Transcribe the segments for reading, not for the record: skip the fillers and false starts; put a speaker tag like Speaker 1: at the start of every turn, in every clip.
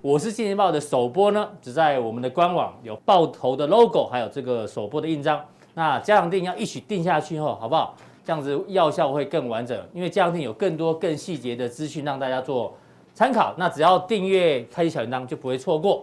Speaker 1: 我是金钱豹的首播呢，只在我们的官网有爆头的 logo， 还有这个首播的印章。那加强定要一起定下去后，好不好？这样子药效会更完整，因为加强定有更多更细节的资讯让大家做参考。那只要订阅、开启小铃铛，就不会错过。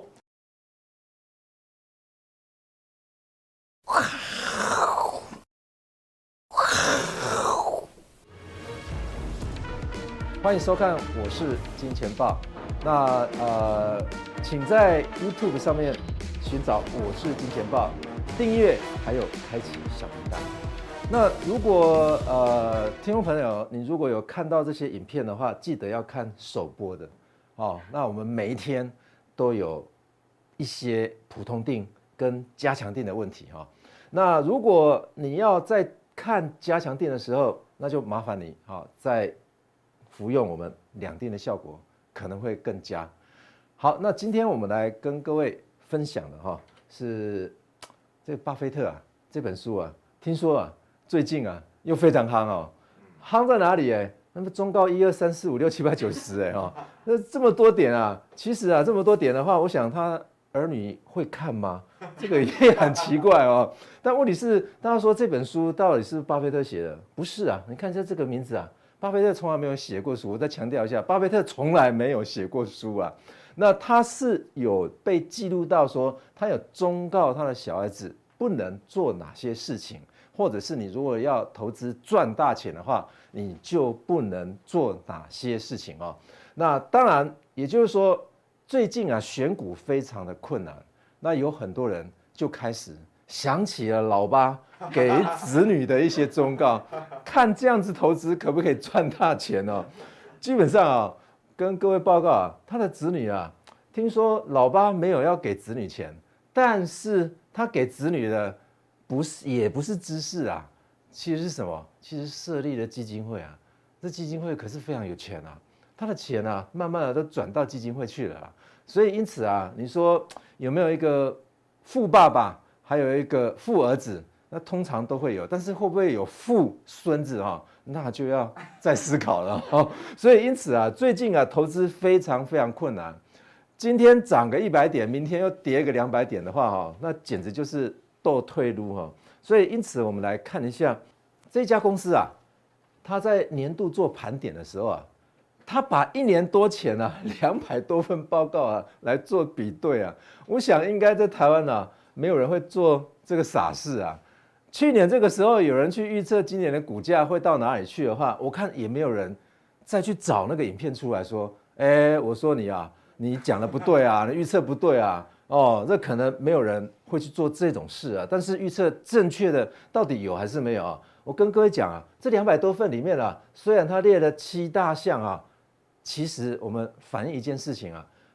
Speaker 2: 欢迎收看，我是金钱豹。那请在 YouTube 上面寻找我是金钱豹，订阅还有开启小铃铛。那如果听众朋友你如果有看到这些影片的话，记得要看首播的哦。那我们每一天都有一些普通定跟加强定的问题哈。那如果你要在看加强定的时候，那就麻烦你在服用我们两定的效果可能会更佳。好，那今天我们来跟各位分享的是这个巴菲特这本书听说最近又非常夯夯在哪里那么中高1、2、3、4、5、6、7、8、9、10那这么多点其实这么多点的话，我想他儿女会看吗？这个也很奇怪但问题是，大家说这本书到底是巴菲特写的？不是你看一下这个名字巴菲特从来没有写过书，我再强调一下，巴菲特从来没有写过书那他是有被记录到说，他有忠告他的小孩子不能做哪些事情，或者是你如果要投资赚大钱的话，你就不能做哪些事情那当然，也就是说，最近选股非常的困难，那有很多人就开始想起了老爸给子女的一些忠告，看这样子投资可不可以赚大钱基本上跟各位报告他的子女听说老爸没有要给子女钱，但是他给子女的也不是知识其实是什么？其实设立了基金会这基金会可是非常有钱他的钱慢慢的都转到基金会去了所以因此你说有没有一个富爸爸？还有一个富儿子，那通常都会有，但是会不会有富孙子那就要再思考了所以因此最近投资非常非常困难。今天涨个100点，明天又跌个200点的话那简直就是斗退路所以因此我们来看一下这家公司他在年度做盘点的时候他把1年多前200多份报告来做比对我想应该在台湾没有人会做这个傻事去年这个时候有人去预测今年的股价会到哪里去的话，我看也没有人再去找那个影片出来说，我说你讲的不对你预测不对这可能没有人会去做这种事但是预测正确的到底有还是没有我跟各位讲这200多份里面虽然他列了7大项其实我们反映一件事情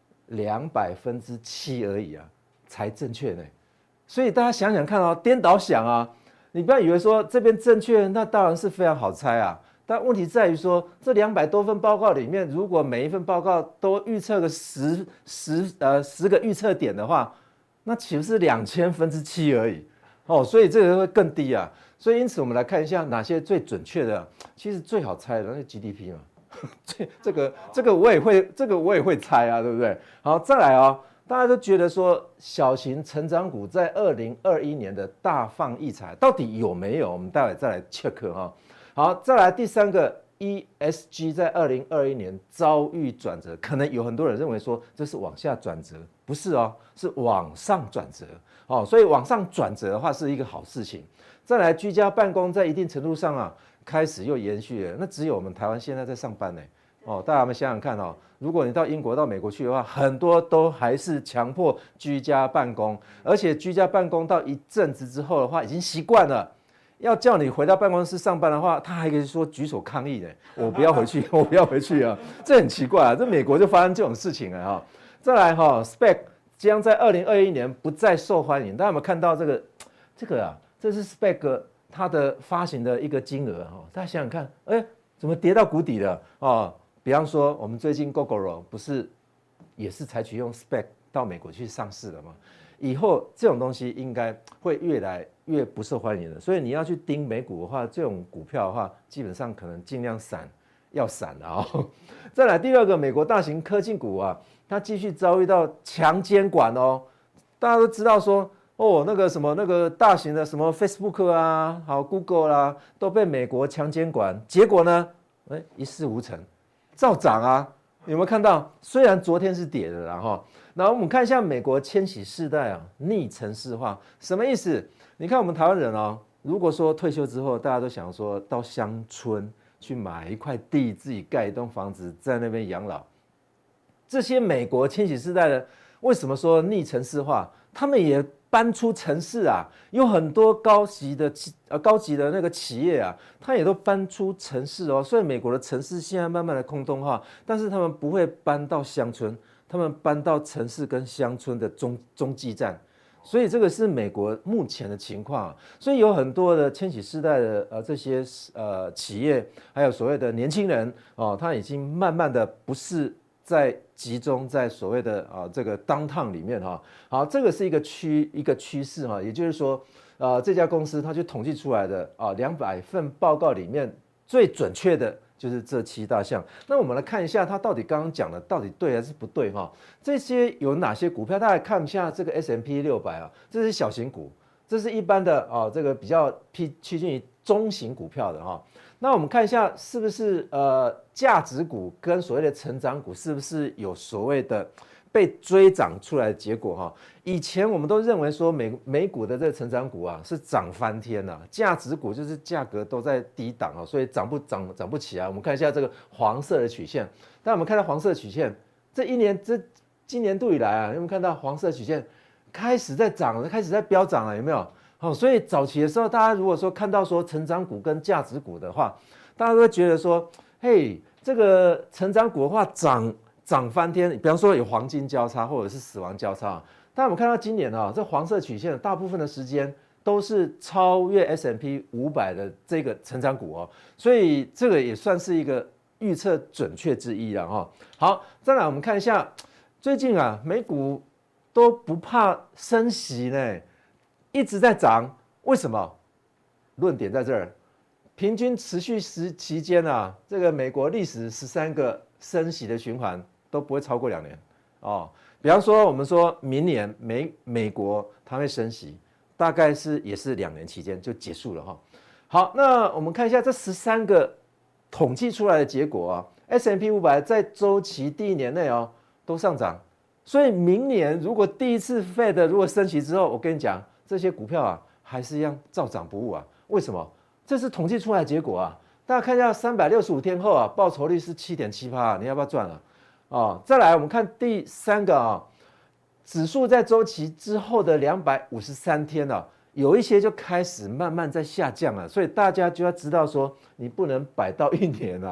Speaker 2: 200%而已才正确呢。所以大家想想看颠倒想你不要以为说这边正确，那当然是非常好猜但问题在于说，这200多份报告里面，如果每一份报告都预测个10个预测点的话，那岂不是2000%而已所以这个会更低所以因此我们来看一下哪些最准确的，其实最好猜的那是 GDP 嘛这个我也会猜对不对？好，再来大家都觉得说小型成长股在2021年的大放异彩，到底有没有？我们待会再来 check 好，再来第3个 ESG 在2021年遭遇转折，可能有很多人认为说这是往下转折，不是是往上转折所以往上转折的话是一个好事情。再来居家办公在一定程度上开始又延续了，那只有我们台湾现在在上班呢大家们想想看如果你到英国到美国去的话，很多都还是强迫居家办公，而且居家办公到一阵子之后的话已经习惯了，要叫你回到办公室上班的话，他还可以说举手抗议我不要回去我不要回去这很奇怪这美国就发生这种事情了再来SPAC 将在2021年不再受欢迎，大家有没有看到这个这是 SPAC 它的发行的一个金额大家想想看怎么跌到谷底了比方说我们最近 Gogoro 不是也是采取用 SPAC 到美国去上市了吗？以后这种东西应该会越来越不受欢迎的，所以你要去盯美股的话，这种股票的话基本上可能尽量闪要闪了哦。再来第二个，美国大型科技股啊，它继续遭遇到强监管哦。大家都知道说，哦，那个什么那个大型的什么 Facebook 啊，好 Google 啦，都被美国强监管，结果呢，一事无成，照涨啊。有没有看到？虽然昨天是跌的啦哈。然后我们看一下美国千禧世代啊，逆城市化什么意思？你看我们台湾人哦，如果说退休之后，大家都想说到乡村去买一块地，自己盖一栋房子，在那边养老。这些美国千禧世代的，为什么说逆城市化？他们也搬出城市啊，有很多高级的那个企业啊，它也都搬出城市哦。所以美国的城市现在慢慢的空洞化，但是他们不会搬到乡村，他们搬到城市跟乡村的中继站。所以这个是美国目前的情况，所以有很多的千禧世代的这些企业，还有所谓的年轻人哦，他已经慢慢的不是在集中在所谓的这个downtown里面哈。好，这个是一个趋势哈，也就是说这家公司它去统计出来的200份报告里面最准确的就是这7大项。那我们来看一下它到底刚刚讲的到底对还是不对哈？这些有哪些股票？大家看一下这个 S&P 600啊，这是小型股，这是一般的这个比较趋近于中型股票的哈。那我们看一下是不是价值股跟所谓的成长股是不是有所谓的被追涨出来的结果哈？以前我们都认为说美股的这个成长股啊是涨翻天啊，价值股就是价格都在低档啊，所以涨不起来。我们看一下这个黄色的曲线，当我们看到黄色曲线，今年度以来啊，有没有看到黄色曲线开始在涨了，开始在飙涨了，有没有？好，所以早期的时候，大家如果说看到说成长股跟价值股的话，大家都会觉得说，嘿，这个成长股的话涨翻天，比方说有黄金交叉或者是死亡交叉。但我们看到今年这黄色曲线大部分的时间都是超越 S&P 500的这个成长股哦，所以这个也算是一个预测准确之一了哈。好，再来我们看一下最近美股都不怕升息呢，一直在涨，为什么？论点在这儿，平均持续期间这个美国历史13个升息的循环都不会超过2年哦。比方说，我们说明年美国它会升息，大概也是2年期间就结束了哈。好，那我们看一下这13个统计出来的结果S&P 500在周期第1年内都上涨，所以明年如果第一次 Fed 如果升息之后，我跟你讲，这些股票还是一样照涨不误为什么？这是统计出来的结果大家看一下365天后报酬率是7.7%，你要不要赚了？再来我们看第3个指数在周期之后的253天有一些就开始慢慢在下降了，所以大家就要知道说，你不能摆到1年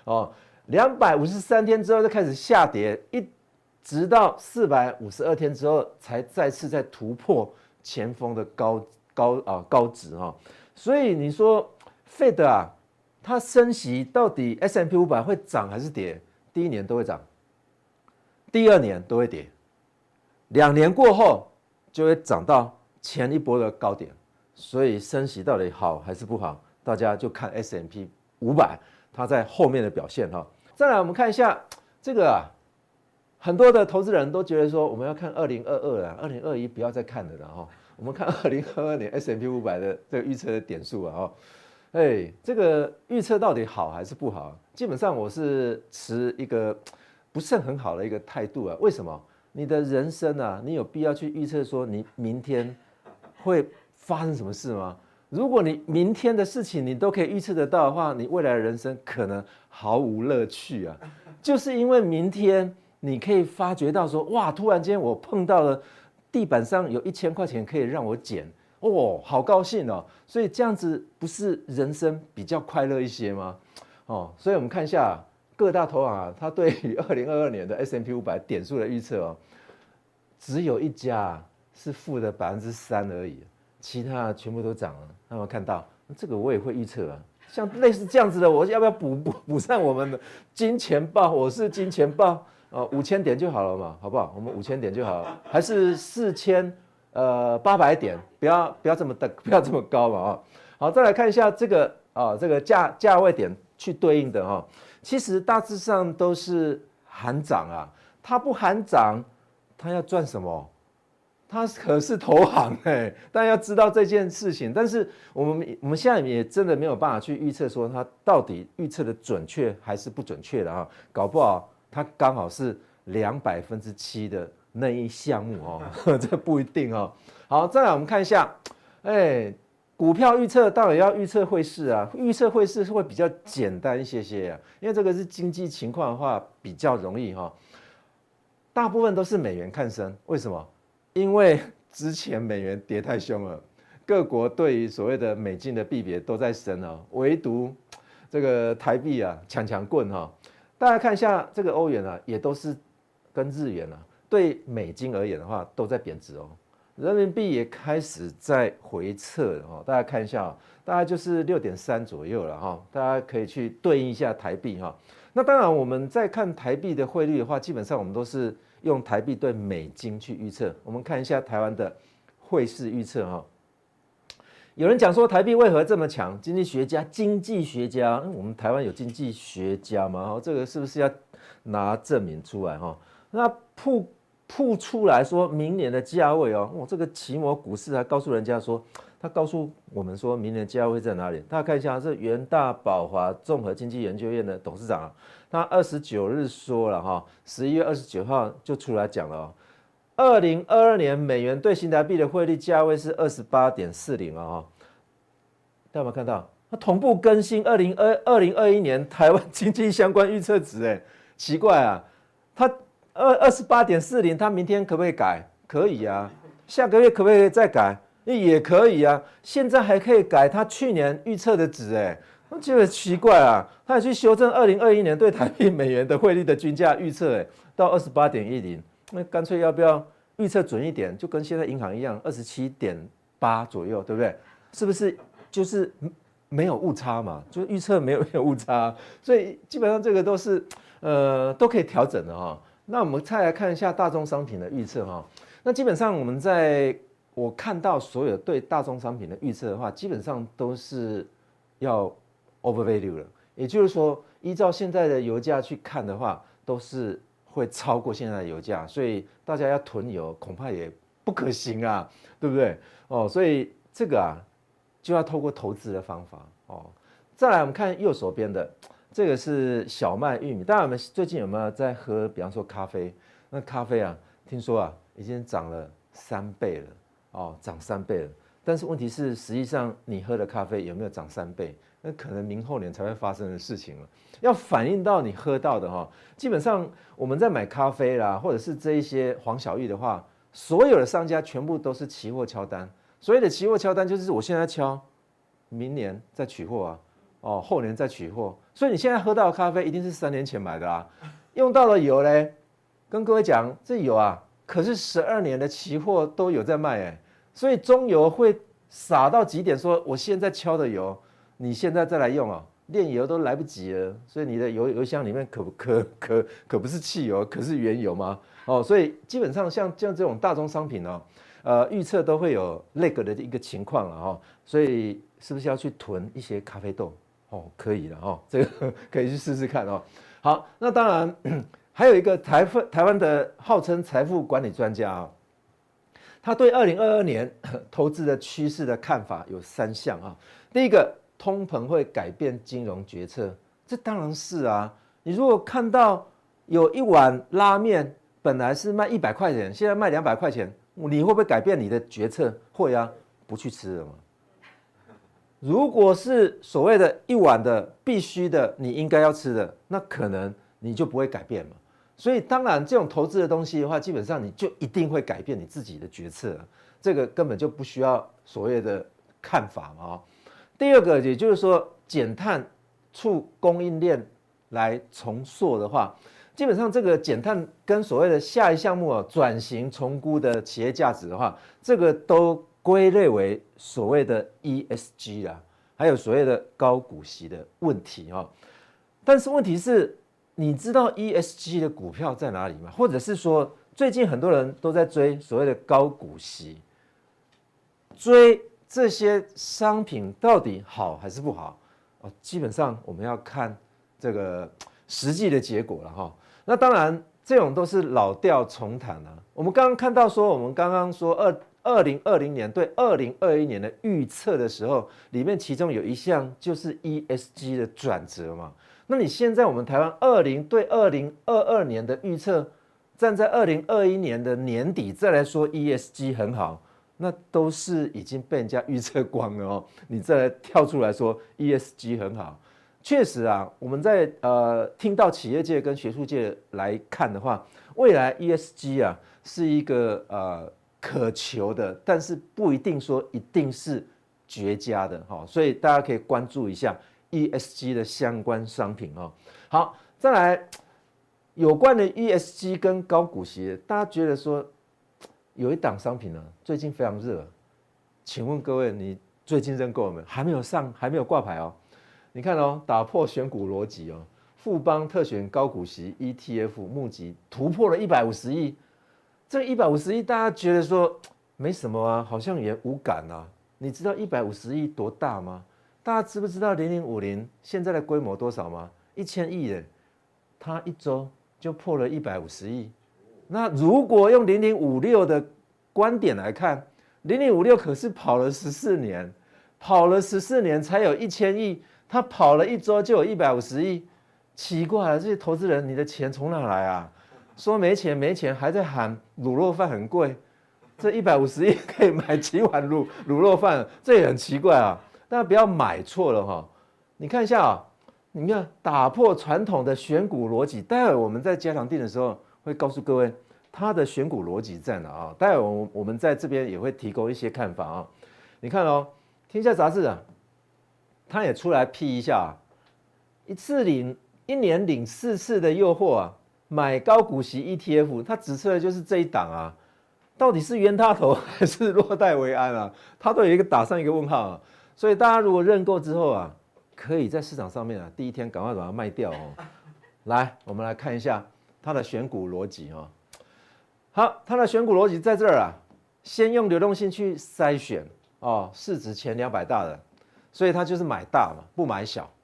Speaker 2: 253天之后就开始下跌，一直到452天之后才再次在突破前锋的高值所以你说 Fed 它升息到底 S&P 500会涨还是跌？第1年都会涨，第2年都会跌，2年过后就会涨到前一波的高点。所以升息到底好还是不好，大家就看 S&P 500它在后面的表现再来我们看一下这个很多的投资人都觉得说我们要看2022 2021不要再看了我们看2022年 S&P 500的这个预测的点数这个预测到底好还是不好？基本上我是持一个不是很好的一个态度为什么？你的人生你有必要去预测说你明天会发生什么事吗？如果你明天的事情你都可以预测得到的话，你未来的人生可能毫无乐趣就是因为明天你可以发觉到说，哇，突然间我碰到了地板上有1000块钱可以让我捡好高兴所以这样子不是人生比较快乐一些吗？所以我们看一下各大投行它对于2022年的 S&P 500点数的预测只有一家是负的3%而已，其他全部都涨了。那我看到这个我也会预测像类似这样子的，我要不要补上我们的金钱豹？我是金钱豹5000点就好了嘛，好不好？我们5000点就好了，还是4800点，不要这么高嘛好，再来看一下这个这个价位点去对应的其实大致上都是喊涨啊，它不喊涨，它要赚什么？它可是投行大家要知道这件事情。但是我们现在也真的没有办法去预测说它到底预测的准确还是不准确的搞不好它刚好是200%的那一项目这不一定好，再来我们看一下，股票预测当然要预测汇市啊，预测汇市会比较简单一些啊，因为这个是经济情况的话比较容易大部分都是美元看升，为什么？因为之前美元跌太凶了，各国对于所谓的美金的币别都在升唯独这个台币啊强棍大家看一下这个欧元啊，也都是跟日元啊对美金而言的话都在贬值人民币也开始在回撤了大家看一下大概就是6.3左右了大家可以去对应一下台币那当然我们在看台币的汇率的话，基本上我们都是用台币对美金去预测。我们看一下台湾的汇市预测有人讲说台币为何这么强？经济学家，我们台湾有经济学家吗？这个是不是要拿证明出来那铺出来说明年的价位这个奇摩股市还告诉人家说，他告诉我们说明年的价位在哪里？大家看一下，这元大宝华综合经济研究院的董事长他29日说了11月29号就出来讲了2022年美元对新台币的汇率价位是28.40大家有没有看到？它同步更新2021年台湾经济相关预测值奇怪啊，它28.40，它明天可不可以改？可以啊，下个月可不可以再改？也可以啊，现在还可以改他去年预测的值那觉得奇怪啊，他还去修正2021年对台币美元的汇率的均价预测到28.10，那干脆要不要预测准一点，就跟现在银行一样27.8左右，对不对？是不是就是没有误差嘛？就是预测没有误差，所以基本上这个都是都可以调整的那我们再来看一下大宗商品的预测那基本上我看到所有对大宗商品的预测的话，基本上都是要 overvalue 了，也就是说，依照现在的油价去看的话，都是会超过现在的油价，所以大家要囤油恐怕也不可行啊，对不对？所以这个就要透过投资的方法再来，我们看右手边的这个是小麦、玉米。当然，我们最近有没有在喝？比方说咖啡，那咖啡听说已经涨了3倍了涨3倍了。但是问题是，实际上你喝的咖啡有没有涨3倍？那可能明后年才会发生的事情了。要反映到你喝到的基本上我们在买咖啡啦，或者是这一些黄小玉的话，所有的商家全部都是期货敲单。所谓的期货敲单，就是我现在敲，明年再取货后年再取货。所以你现在喝到的咖啡一定是3年前买的用到的油嘞，跟各位讲，这油可是12年的期货都有在卖所以中油会撒到极点，说我现在敲的油，你现在再来用炼油都来不及了。所以你的油箱里面可不是汽油，可是原油吗？所以基本上像这种大宗商品预测都会有那个的一个情况所以是不是要去囤一些咖啡豆？可以了这个可以去试试看好，那当然还有一个台湾的号称财富管理专家他对2022年投资的趋势的看法有3项第一个，通膨会改变金融决策，这当然是你如果看到有一碗拉面本来是卖100块钱，现在卖200块钱，你会不会改变你的决策？会不去吃了嘛。如果是所谓的一碗的必须的，你应该要吃的，那可能你就不会改变嘛。所以当然这种投资的东西的话，基本上你就一定会改变你自己的决策，这个根本就不需要所谓的看法嘛。第二个，也就是说减碳促供应链来重塑的话，基本上这个减碳跟所谓的下一项目转型重估的企业价值的话，这个都归类为所谓的 ESG 还有所谓的高股息的问题但是问题是，你知道 ESG 的股票在哪里吗？或者是说，最近很多人都在追所谓的高股息，追这些商品到底好还是不好？基本上我们要看这个实际的结果了哈。那当然，这种都是老调重弹啊。我们刚刚看到说，我们刚刚说2020年对2021年的预测的时候，里面其中有一项就是 ESG 的转折嘛。那你现在我们台湾对2022年的预测，站在2021年的年底再来说 ESG 很好，那都是已经被人家预测光了哦。你再来跳出来说 ESG 很好，确实啊，我们在听到企业界跟学术界来看的话，未来 ESG 啊是一个可求的，但是不一定说一定是绝佳的哈，所以大家可以关注一下 ESG 的相关商品哦。好，再来有关的 ESG 跟高股息，大家觉得说有一档商品呢，最近非常热，请问各位，你最近认购了没？还没有上，还没有挂牌哦。你看哦，打破选股逻辑哦，富邦特选高股息 ETF 募集突破了150亿。这150亿，大家觉得说没什么啊，好像也无感啊。你知道150亿多大吗？大家知不知道0050现在的规模多少吗？1000亿耶，它一周就破了150亿。那如果用0056的观点来看，0056可是跑了14年，跑了14年才有1000亿，它跑了一周就有150亿，奇怪了，这些投资人你的钱从哪来啊？说没钱没钱，还在喊卤肉饭很贵，这150亿可以买几碗卤肉饭，这也很奇怪啊！大家不要买错了哈。你看一下啊，你看打破传统的选股逻辑，待会我们在加强定的时候会告诉各位它的选股逻辑在哪啊？待会我们在这边也会提供一些看法啊。你看哦，天下杂志啊，他也出来批一下啊，一年领4次的诱惑啊。买高股息 ETF， 它指测的就是这一档啊，到底是冤大头还是落袋为安啊？它都有打上一个问号啊。所以大家如果认购之后啊，可以在市场上面啊，第一天赶快把它卖掉哦。来，我们来看一下它的选股逻辑哦。好，它的选股逻辑在这儿啊，先用流动性去筛选哦，市值前200大的，所以它就是买大嘛，不买小。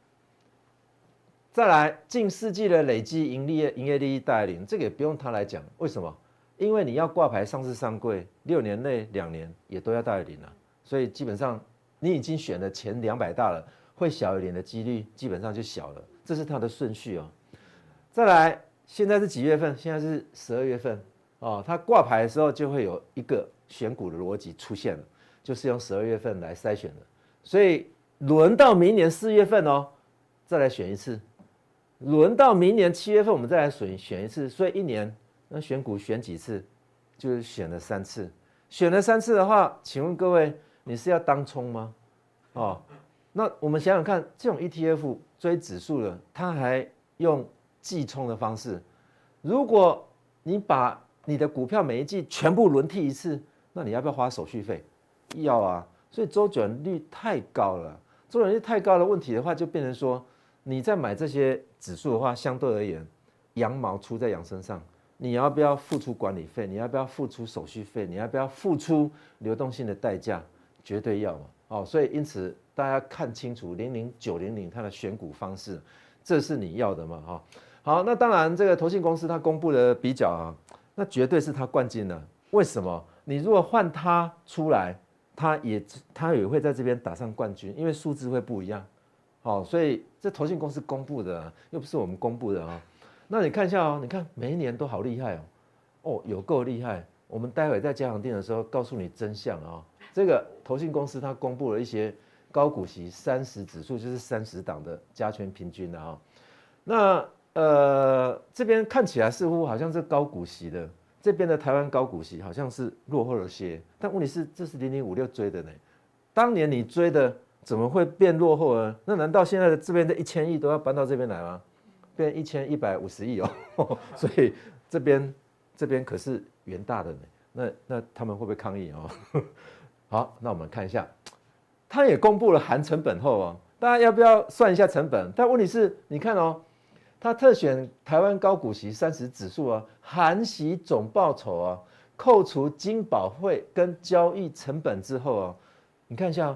Speaker 2: 再来，近4季的累计营业利益大于0，这个也不用他来讲，为什么？因为你要挂牌上市上柜，6年内2年也都要大于0啊，所以基本上你已经选了前200大了，会小一点的几率基本上就小了，这是它的顺序哦。再来，现在是几月份？现在是12月份哦，它挂牌的时候就会有一个选股的逻辑出现了，就是用12月份来筛选的，所以轮到明年4月份哦，再来选一次。轮到明年7月份，我们再来选一次，所以一年那选股选几次？就是选了3次。选了3次的话，请问各位，你是要当冲吗？哦，那我们想想看，这种 ETF 追指数的，它还用季冲的方式。如果你把你的股票每一季全部轮替一次，那你要不要花手续费？要啊，所以周转率太高了。周转率太高的问题的话，就变成说，你在买这些指数的话，相对而言，羊毛出在羊身上。你要不要付出管理费？你要不要付出手续费？你要不要付出流动性的代价？绝对要嘛。哦，所以因此大家看清楚00900它的选股方式，这是你要的嘛？哈，好，那当然这个投信公司它公布的比较啊，那绝对是它冠军了。为什么？你如果换它出来，它也会在这边打上冠军，因为数字会不一样。好，所以这投信公司公布的，又不是我们公布的啊。那你看一下哦，你看每一年都好厉害哦，哦，有够厉害。我们待会在加强定的时候告诉你真相啊。这个投信公司它公布了一些高股息30指数，就是30档的加权平均的啊。那这边看起来似乎好像是高股息的，这边的台湾高股息好像是落后了些，但问题是这是0056追的呢。当年你追的怎么会变落后呢？那难道现在的这边的1000亿都要搬到这边来吗？变1150亿哦，所以这边可是元大的呢，那他们会不会抗议哦？好，那我们看一下，他也公布了含成本后哦，大家要不要算一下成本？但问题是，你看哦，他特选台湾高股息30指数啊，含息总报酬啊，扣除金保会跟交易成本之后啊，你看一下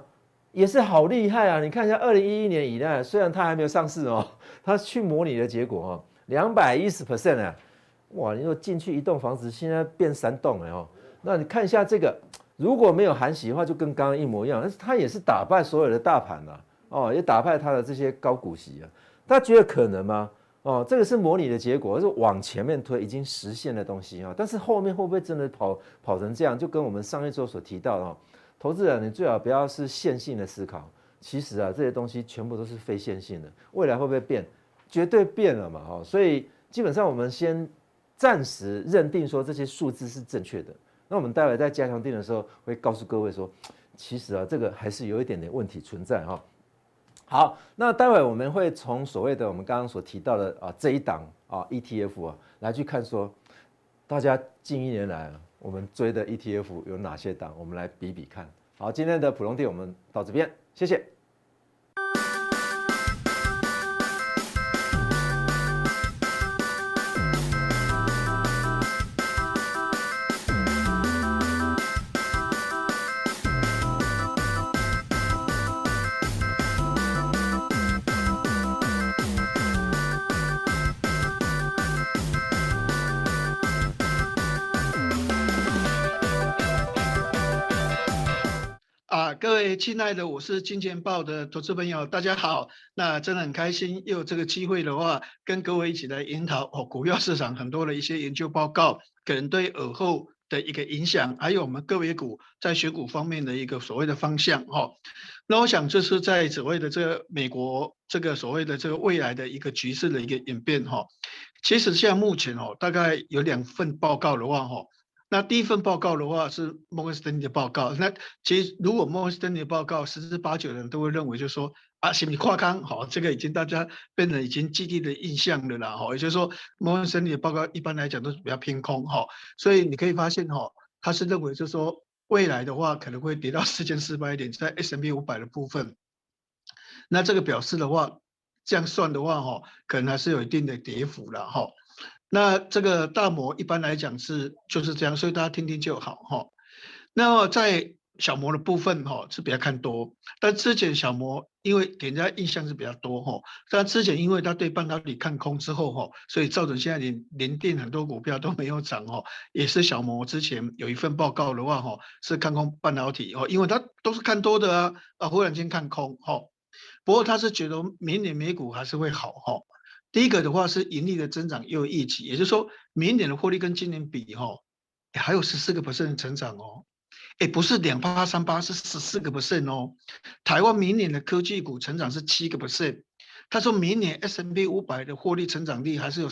Speaker 2: 也是好厉害啊！你看一下2011年以来，虽然它还没有上市哦，它去模拟的结果哦，210% 啊，哇！你说进去一栋房子，现在变3栋了哦。那你看一下这个，如果没有含息的话，就跟刚刚一模一样，但是它也是打败所有的大盘啊，哦，也打败它的这些高股息啊。大家觉得可能吗？哦，这个是模拟的结果，是往前面推已经实现的东西啊。但是后面会不会真的跑成这样？就跟我们上一周所提到的哦。投资人，你最好不要是线性的思考。其实啊，这些东西全部都是非线性的，未来会不会变？绝对变了嘛！哦，所以基本上我们先暂时认定说这些数字是正确的。那我们待会在加强定的时候会告诉各位说，其实啊，这个还是有一点点问题存在哈。好，那待会我们会从所谓的我们刚刚所提到的啊这一档啊 ETF 啊来去看说，大家近1年来我们追的 ETF 有哪些档，我们来比比看。好，今天的普通店我们到这边，谢谢。
Speaker 3: 各位亲爱的，我是金钱豹的投资朋友，大家好。那真的很开心，又有这个机会的话，跟各位一起来研讨股票市场很多的一些研究报告，可能对尔后的一个影响，还有我们个别股在选股方面的一个所谓的方向哈。那我想这是在所谓的这个美国这个所谓的这个未来的一个局势的一个演变哈。其实现在目前大概有2份报告的话哈。那第一份报告的话是摩根斯丹利的报告，那其实如果摩根斯丹利的报告10之8、9的人都会认为，就是说是不是跨康，好，这个已经大家变成已经既定的印象了啦，哈，也就是说摩根斯丹利的报告一般来讲都是比较偏空，哈，所以你可以发现，哈，他是认为就是说未来的话可能会跌到4400点，在 S&P 500的部分，那这个表示的话，这样算的话，哈，可能还是有一定的跌幅了，哈。那这个大摩一般来讲就是这样，所以大家听听就好哈。那么在小摩的部分是比较看多，但之前小摩因为给人家印象是比较多哈，但之前因为他对半导体看空之后所以造成现在连电很多股票都没有涨也是小摩之前有一份报告的话是看空半导体因为它都是看多的忽然间看空不过他是觉得明年美股还是会好第一个的话是盈利的增长又有预期，也就是说明年的获利跟今年比还有14% 的成长不是2%、3%，是14% 台湾明年的科技股成长是7%，他说明年 S&P 500的获利成长率还是有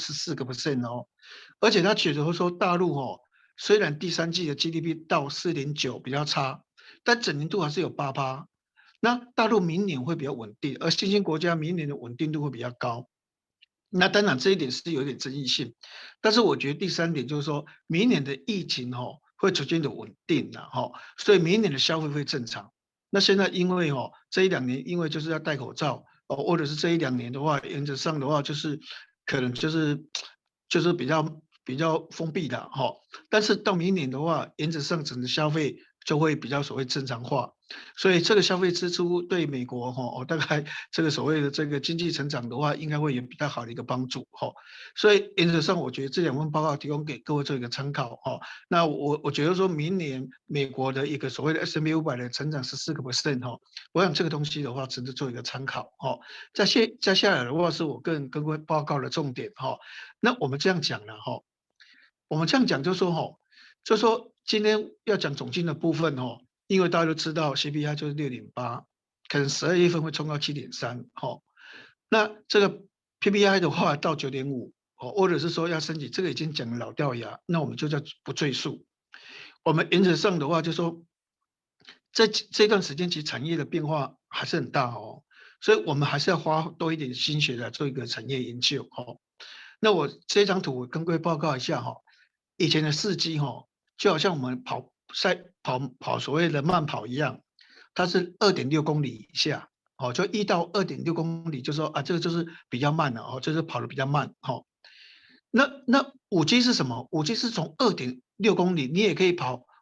Speaker 3: 14% 而且他觉得说大陆虽然第3季的 GDP 到4.9比较差，但整年度还是有8%，那大陆明年会比较稳定，而新兴国家明年的稳定度会比较高。那当然这一点是有点争议性，但是我觉得第3点就是说明年的疫情会逐渐的稳定所以明年的消费会正常。那现在因为这1、2年因为就是要戴口罩或者是这1、2年的话，原则上的话就是可能就是比较封闭的但是到明年的话，原则上整个消费就会比较所谓正常化。所以这个消费支出对美国大概这个所谓的这个经济成长的话，应该会有比较好的一个帮助所以原则上，我觉得这2份报告提供给各位做一个参考那我觉得说明年美国的一个所谓的 S&P 500的成长14% 我想这个东西的话值得做一个参考再下来的话是我个人跟各位报告的重点那我们这样讲了我们这样讲就是说今天要讲总经的部分因为大家都知道 CPI 就是6.8，可能12月份会冲到7.3那这个 PPI 的话到9.5或者是说要升级，这个已经讲老掉牙，那我们就叫不赘述。我们原则上的话就说，这段时间其实产业的变化还是很大所以我们还是要花多一点心血来做一个产业研究那我这张图我跟各位报告一下以前的4G就好像我们跑所谓的慢跑一样，它是2.6公里以下就1到2.6公里，就说这个就是比较慢了就是跑得比较慢那 5G 是什么？ 5G 是从2.6公里，你也可以跑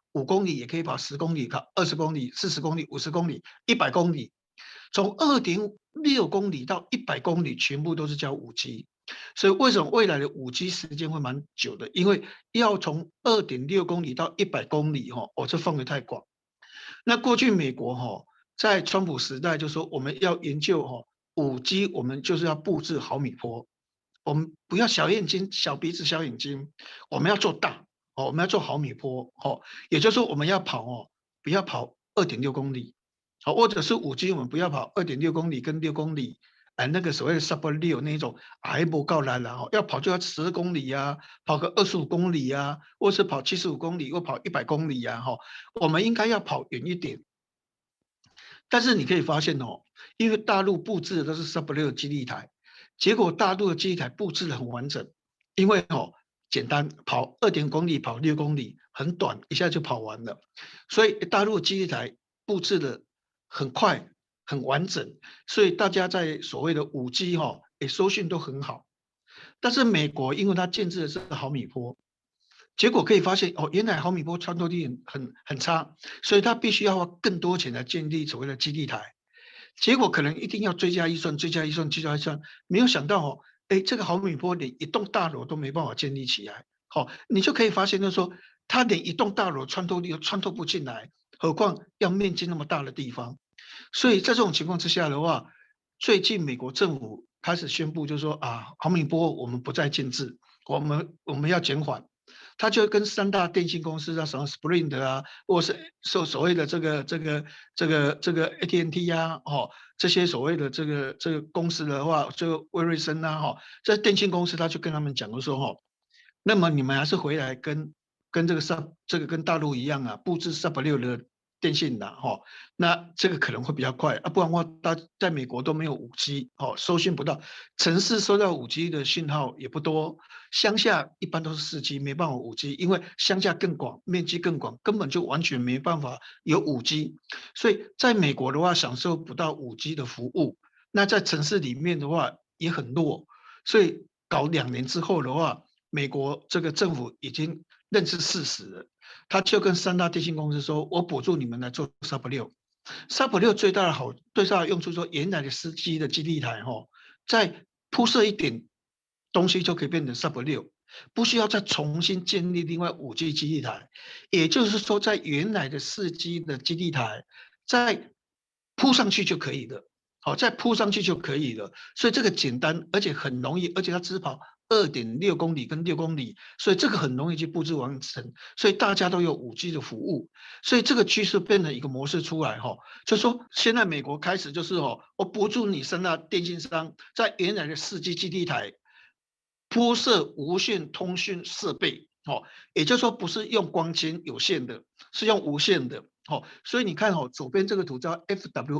Speaker 3: 5公里，也可以跑10公里、跑20公里、40公里、50公里、100公里。从2.6公里到100公里，全部都是叫5G。所以为什么未来的5G 时间会蛮久的？因为要从2.6公里到100公里，这范围太广。那过去美国在川普时代就说我们要研究5G，我们就是要布置毫米波，我们不要小眼睛、小鼻子、小眼睛，我们要做大，我们要做毫米波，也就是说我们要跑不要跑2.6公里，或者是5G，我们不要跑2.6公里跟6公里，那个所谓的 sub-6那种还不够难了，要跑就要10公里啊，跑个25公里啊，或是跑75公里，或跑100公里啊，我们应该要跑远一点。但是你可以发现因为大陆布置的都是 sub-6基地台，结果大陆的基地台布置的很完整，因为简单，跑2.5公里，跑6公里，很短，一下就跑完了，所以大陆的基地台布置的很快，很完整，所以大家在所谓的5G 收讯都很好。但是美国因为它建制的是毫米波，结果可以发现原来毫米波穿透力很差，所以它必须要花更多钱来建立所谓的基地台。结果可能一定要追加预算，没有想到这个毫米波连一栋大楼都没办法建立起来。你就可以发现就是说，它连一栋大楼穿透力都穿透不进来，何况要面积那么大的地方。所以在这种情况之下的话，最近美国政府开始宣布，就是说毫米波我们不再建制，我们要减缓。他就跟3大电信公司什么 Sprint 啊，或是所谓的这个 AT&T 啊，这些所谓的这个公司的话，这个威瑞森啊，这电信公司他就跟他们讲说那么你们还是回来跟这个跟大陆一样啊，布置 sub-6的电信的那这个可能会比较快不然的话，在美国都没有5G 收讯不到，城市收到5G 的讯号也不多，乡下一般都是4G，没办法5G，因为乡下更广，面积更广，根本就完全没办法有5G，所以在美国的话享受不到5G 的服务，那在城市里面的话也很弱，所以搞2年之后的话，美国这个政府已经认知事实了。他就跟3大电信公司说：“我补助你们来做 sub-6。sub-6 最大的用处说，原来的4G 的基地台再铺设一点东西就可以变成 sub-6，不需要再重新建立另外5G 基地台。也就是说，在原来的4G 的基地台再铺上去就可以了。再铺上去就可以了。所以这个简单，而且很容易，而且它只跑2.6公里跟6公里，所以这个很容易去布置完成，所以大家都有5G 的服务，所以这个趋势变成一个模式出来就是说现在美国开始就是我补助你3大电信商在原来的4G 基地台铺设无线通讯设备，也就是说不是用光纤有线的，是用无线的。所以你看左边这个图叫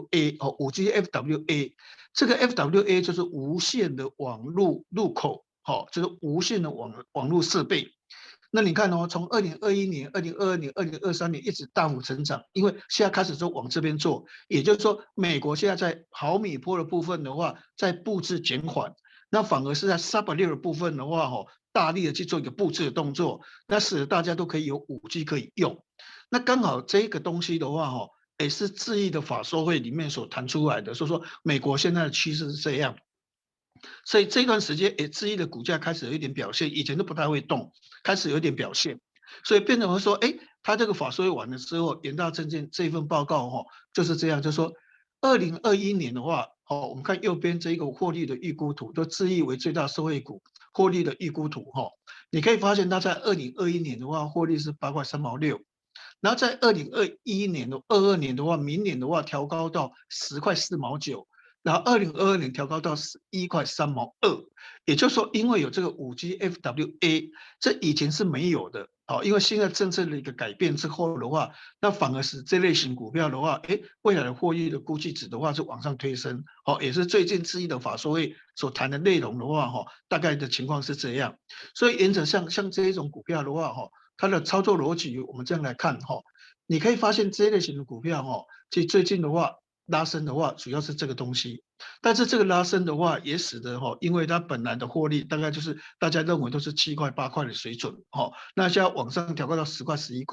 Speaker 3: FWA，5G FWA， 这个 FWA 就是无线的网络入口，就是无线的网络设备。那你看从2021年、2022年、2023年一直大幅成长，因为现在开始就往这边做，也就是说美国现在在毫米波的部分的话，在布置减缓，那反而是在 sub-6的部分的话大力的去做一个布置的动作，那使得大家都可以有5G 可以用。那刚好这个东西的话也是智毅的法说会里面所谈出来的，所以说美国现在的趋势是这样。所以这段时间智毅的股价开始有一点表现，以前都不太会动，开始有一点表现，所以变成说他这个法说会完了之后，元大证券这一份报告就是这样，就是说2021年的话我们看右边这一个获利的预估图，都智毅为最大受惠股获利的预估图你可以发现它在2021年的话获利是8块3毛6，然后在2022年的话，明年的话调高到10块4毛9，然后2022年调高到11块3毛2，也就是说，因为有这个5G FWA， 这以前是没有的因为现在政策的一个改变之后的话，那反而是这类型股票的话，未来的获利的估计值的话是往上推升也是最近智毅的法说会所谈的内容的话大概的情况是这样，所以原则像这一种股票的话它的操作逻辑，我们这样来看你可以发现这一类型的股票其实最近的话拉升的话，主要是这个东西。但是这个拉升的话，也使得因为它本来的获利大概就是大家认为都是7块8块的水准那现在往上调高到10块11块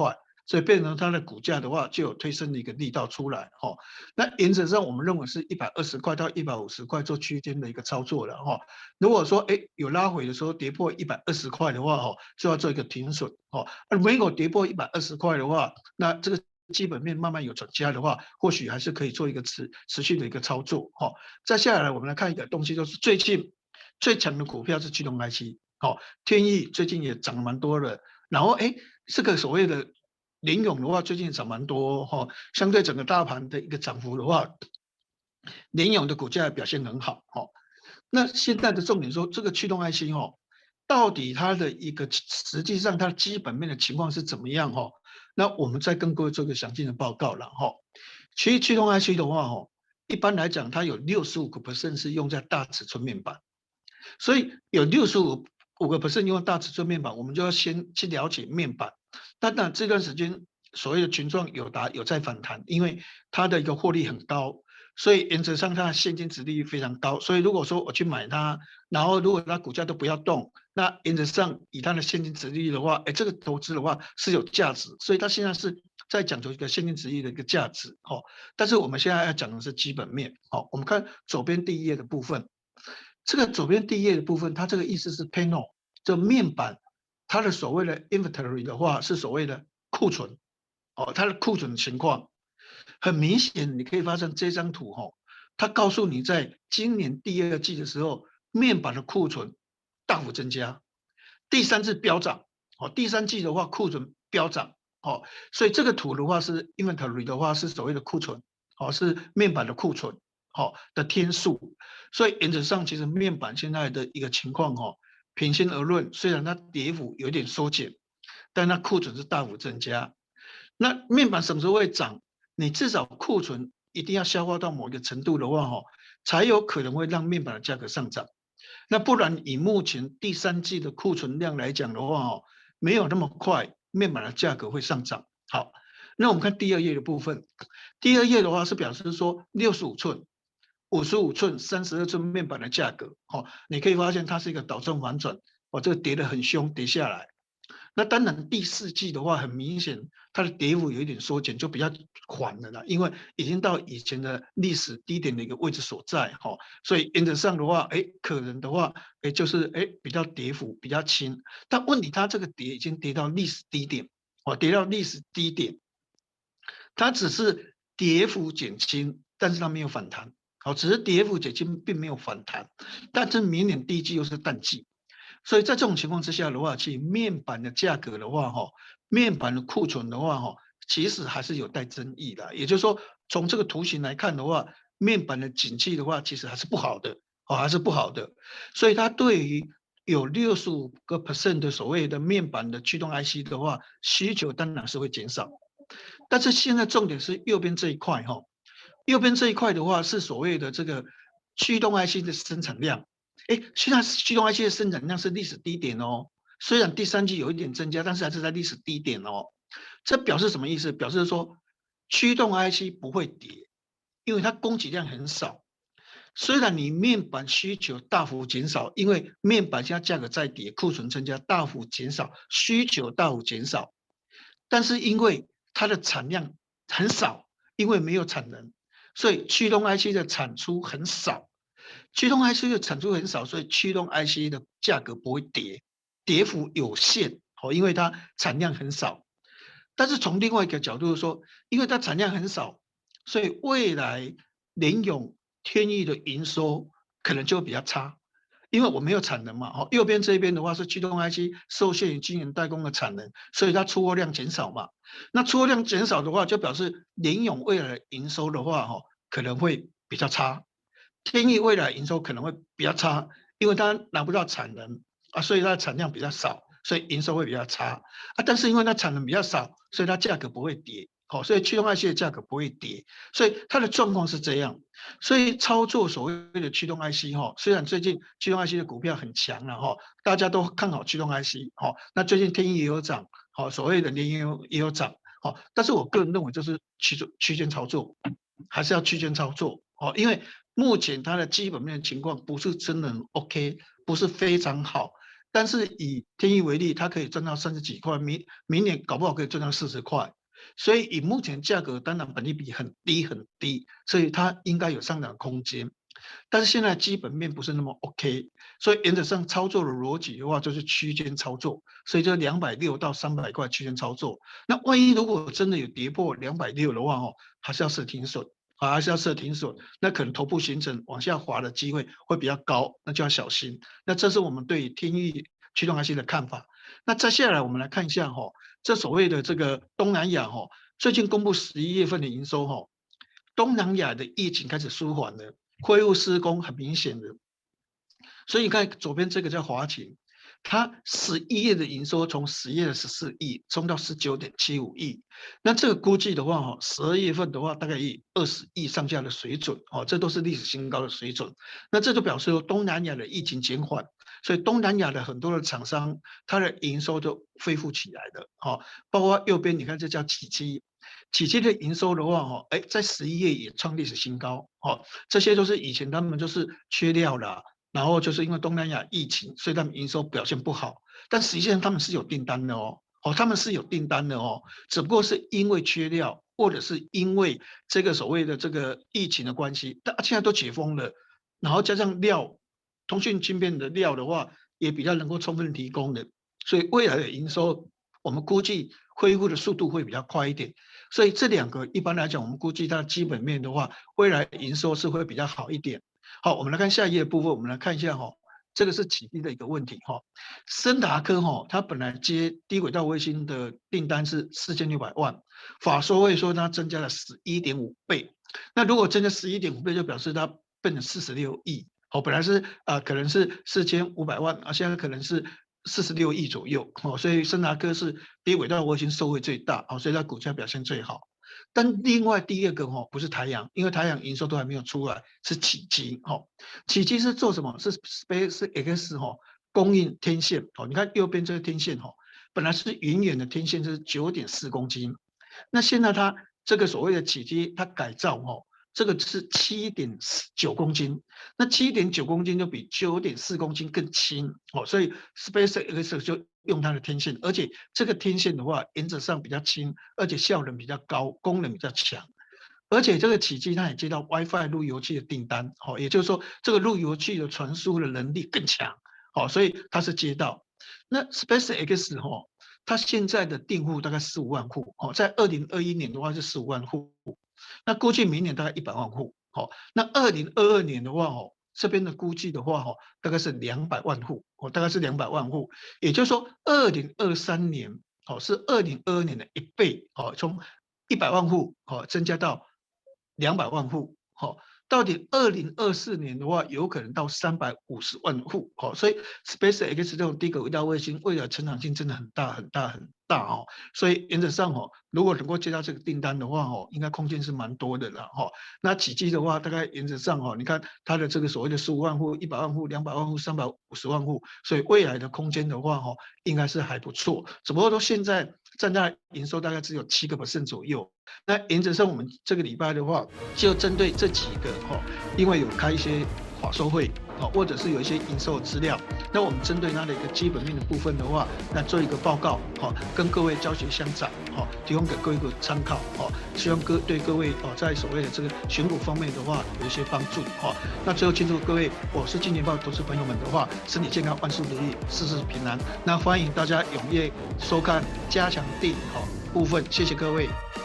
Speaker 3: 所以变成它的股价的话就有推升的一个力道出来哈。那原则上我们认为是120块到150块做区间的一个操作了哈。如果说有拉回的时候跌破120块的话哈，就要做一个停损哦。没有跌破120块的话，那这个基本面慢慢有转佳的话，或许还是可以做一个持续的一个操作哈。再下来我们来看一个东西，就是最近最强的股票是驱动 IC， 天翼最近也涨蛮多了，然后这个所谓的联咏的话，最近涨蛮多哈，相对整个大盘的一个涨幅的话，联咏的股价表现很好哈。那现在的重点说，这个驱动 IC 到底它的一个实际上它的基本面的情况是怎么样哈？那我们再跟各位做个详尽的报告了哈。其实驱动 IC 的话一般来讲它有65% 是用在大尺寸面板，所以有65% 用大尺寸面板，我们就要先去了解面板。当然这段时间所谓的群创有在反弹，因为它的一个获利很高，所以原则上它的现金殖利率非常高。所以如果说我去买它，然后如果它股价都不要动，那原则上以它的现金殖利率的话，这个投资的话是有价值。所以它现在是在讲究一个现金殖利率的一个价值但是我们现在要讲的是基本面我们看左边第一页的部分。这个左边第一页的部分，它这个意思是 panel， 就面板，它的所谓的 inventory 的话是所谓的库存，它的库存情况，很明显，你可以发现这张图它告诉你在今年第二季的时候，面板的库存大幅增加，第三季飙涨，第三季的话库存飙涨，所以这个图的话是 inventory 的话是所谓的库存，是面板的库存。的天数，所以原则上其实面板现在的一个情况平心而论，虽然它跌幅有点缩减，但它库存是大幅增加。那面板什么时候会涨？你至少库存一定要消化到某一个程度的话才有可能会让面板的价格上涨。那不然以目前第三季的库存量来讲的话没有那么快面板的价格会上涨。好，那我们看第二页的部分，第二页的话是表示说65寸。55寸、32寸面板的价格，你可以发现它是一个倒正反转，这个跌得很凶，跌下来。那当然第四季的话，很明显它的跌幅有一点缩减，就比较缓了啦，因为已经到以前的历史低点的一个位置所在，所以原则上的话，可能的话，就是比较跌幅比较轻。但问题它这个跌已经跌到历史低点，跌到历史低点，它只是跌幅减轻，但是它没有反弹。只是跌幅减轻，并没有反弹，但是明年第一季又是淡季，所以在这种情况之下的话，其实面板的价格的话，面板的库存的话，其实还是有待争议的。也就是说，从这个图形来看的话，面板的景气的话，其实还是不好的，还是不好的。所以它对于有65% 的所谓的面板的驱动 IC 的话，需求当然是会减少。但是现在重点是右边这一块右边这一块的话是所谓的这个驱动 IC 的生产量，现在驱动 IC 的生产量是历史低点虽然第三季有一点增加，但是还是在历史低点这表示什么意思？表示说驱动 IC 不会跌，因为它供给量很少。虽然你面板需求大幅减少，因为面板现在价格在跌，库存增加，大幅减少，需求大幅减少，但是因为它的产量很少，因为没有产能。所以驱动 IC 的产出很少，驱动 IC 的产出很少，所以驱动 IC 的价格不会跌，跌幅有限因为它产量很少。但是从另外一个角度说，因为它产量很少，所以未来联咏、天翼的营收可能就会比较差，因为我没有产能嘛右边这边的话是驱动 IC 受限于晶圆代工的产能，所以它出货量减少嘛。那出货量减少的话，就表示联咏未来的营收的话可能会比较差，天翼未来营收可能会比较差，因为它拿不到产能所以它的产量比较少，所以营收会比较差但是因为它产能比较少，所以它价格不会跌所以驱动 IC 的价格不会跌，所以它的状况是这样。所以操作所谓的驱动 IC 虽然最近驱动 IC 的股票很强了大家都看好驱动 IC 那最近天翼也有涨所谓的联咏也有涨但是我个人认为就是区间操作，还是要区间操作因为目前它的基本面情况不是真的很 OK， 不是非常好， 但是以天域为例，它可以赚到30几块，明年搞不好可以赚到40块。所以以目前价格，当然本益比很低很低，所以它应该有上涨空间。但是现在基本面不是那么 OK， 所以原则上操作的逻辑的话，就是区间操作，所以就260到300块区间操作。那万一如果真的有跌破260的话，还是要设停损。还是要设停损，那可能头部形成往下滑的机会会比较高，那就要小心。那这是我们对天域驱动 IC 的看法。那再下来我们来看一下这所谓的这个东南亚最近公布11月份的营收东南亚的疫情开始舒缓了，恢复施工很明显的。所以你看左边这个叫华擎，它11月的营收从10月的14亿冲到19.75亿，那这个估计的话12月份的话大概以20亿上下的水准这都是历史新高的水准。那这就表示说东南亚的疫情减缓，所以东南亚的很多的厂商它的营收都恢复起来了包括右边你看这叫启基的营收的话在11月也创历史新高这些都是以前他们就是缺料啦。然后就是因为东南亚疫情，所以他们营收表现不好，但实际上他们是有订单的他们是有订单的只不过是因为缺料，或者是因为这个所谓的这个疫情的关系，大家现在都解封了，然后加上料，通讯晶片的料的话，也比较能够充分提供的，所以未来的营收，我们估计恢复的速度会比较快一点。所以这两个一般来讲，我们估计它的基本面的话，未来营收是会比较好一点。好，我们来看下一页部分，我们来看一下这个是启基的一个问题森达科它本来接低轨道卫星的订单是4600万，法说会说它增加了11.5倍，那如果增加11.5倍，就表示它变成46亿本来是可能是4500万现在可能是46亿左右所以森达科是低轨道卫星受惠最大所以它股价表现最好。但另外第二个不是台阳，因为台阳营收都还没有出来，是启基启基是做什么？是 SpaceX 供应天线你看右边这个天线本来是远远的天线是9.4公斤，那现在它这个所谓的启基它改造这个是7.9公斤，那7.9公斤就比9.4公斤更轻所以 SpaceX 就用它的天线，而且这个天线的话原则上比较轻，而且效能比较高，功能比较强，而且这个启基它也接到 WiFi 路由器的订单也就是说这个路由器的传输的能力更强所以它是接到。那 SpaceX 它现在的订户大概15万户在2021年的话是15万户，那估计明年大概100万户那2022年的话这边的估计的话大概是200万户大概是200万户，也就是说2023年是2022年的1倍从100万户增加到200万户到底2024年的话，有可能到350万户所以 SpaceX 这种低轨道卫星未来成长性真的很大很大很大所以原则上如果能够接到这个订单的话应该空间是蛮多的了那启基的话，大概原则上你看它的这个所谓的15万户、100万户、200万户、350万户，所以未来的空间的话应该是还不错，只不过说现在占在营收大概只有7% 左右。那原则上我们这个礼拜的话，就针对这几个因为有开一些法说会或者是有一些营收资料，那我们针对它的一个基本面的部分的话，那做一个报告跟各位教学相长提供给各位一个参考希望对各位在所谓的这个选股方面的话有一些帮助那最后庆祝各位，我是金钱豹投资朋友们的话，身体健康，万事如意，事事平安。那欢迎大家踊跃收看加强定部分，谢谢各位。